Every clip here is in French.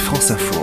France Info.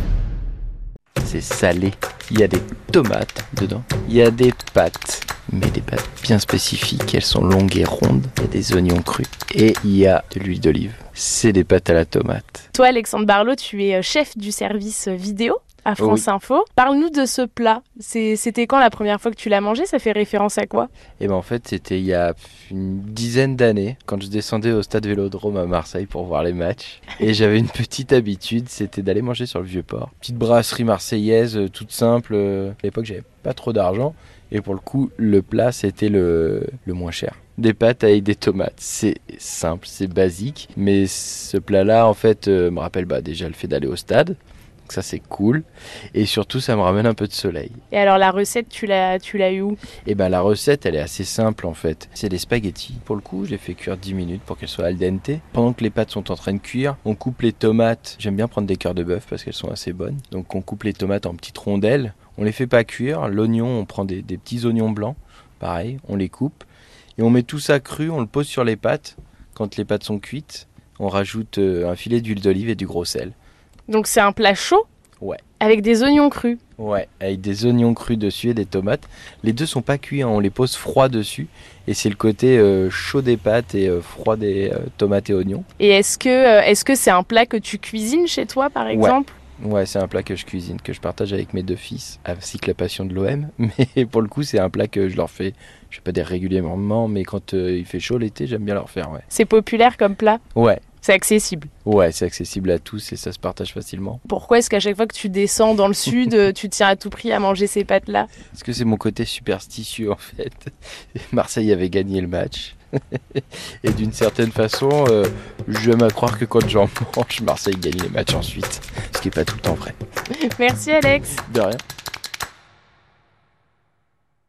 C'est salé, il y a des tomates dedans, il y a des pâtes, mais des pâtes bien spécifiques, elles sont longues et rondes, il y a des oignons crus et il y a de l'huile d'olive. C'est des pâtes à la tomate. Toi, Alexandre Barlot, tu es chef du service vidéo à France Info. Parle-nous de ce plat. C'était quand la première fois que tu l'as mangé ? Ça fait référence à quoi ? Et ben en fait, c'était il y a une dizaine d'années, quand je descendais au stade Vélodrome à Marseille pour voir les matchs. Et j'avais une petite habitude, c'était d'aller manger sur le Vieux-Port. Petite brasserie marseillaise, toute simple. À l'époque, j'avais pas trop d'argent. Et pour le coup, le plat, c'était le moins cher. Des pâtes avec des tomates. C'est simple, c'est basique. Mais ce plat-là, en fait, me rappelle déjà le fait d'aller au stade. Donc ça, c'est cool. Et surtout, ça me ramène un peu de soleil. Et alors, la recette, tu l'as eu où ? Et ben la recette, elle est assez simple, en fait. C'est des spaghettis. Pour le coup, j'ai fait cuire 10 minutes pour qu'elles soient al dente. Pendant que les pâtes sont en train de cuire, on coupe les tomates. J'aime bien prendre des cœurs de bœuf parce qu'elles sont assez bonnes. Donc, on coupe les tomates en petites rondelles. On les fait pas cuire. L'oignon, on prend des petits oignons blancs. Pareil, on les coupe. Et on met tout ça cru, on le pose sur les pâtes. Quand les pâtes sont cuites, on rajoute un filet d'huile d'olive et du gros sel. Donc c'est un plat chaud ? Ouais. Avec des oignons crus ? Ouais, avec des oignons crus dessus et des tomates. Les deux sont pas cuits, on les pose froids dessus. Et c'est le côté chaud des pâtes et froid des tomates et oignons. Et est-ce que c'est un plat que tu cuisines chez toi, par exemple ? Ouais, c'est un plat que je cuisine, que je partage avec mes deux fils, ainsi que la passion de l'OM. Mais pour le coup, c'est un plat que je leur fais, je vais pas dire régulièrement, mais quand il fait chaud l'été, j'aime bien leur faire, ouais. C'est populaire comme plat ? Ouais. C'est accessible ? Ouais, c'est accessible à tous et ça se partage facilement. Pourquoi est-ce qu'à chaque fois que tu descends dans le sud, tu tiens à tout prix à manger ces pâtes-là ? Parce que c'est mon côté superstitieux, en fait. Marseille avait gagné le match. Et d'une certaine façon, j'aime à croire que quand j'en mange, Marseille gagne les matchs ensuite. Ce qui n'est pas tout le temps vrai. Merci Alex. De rien.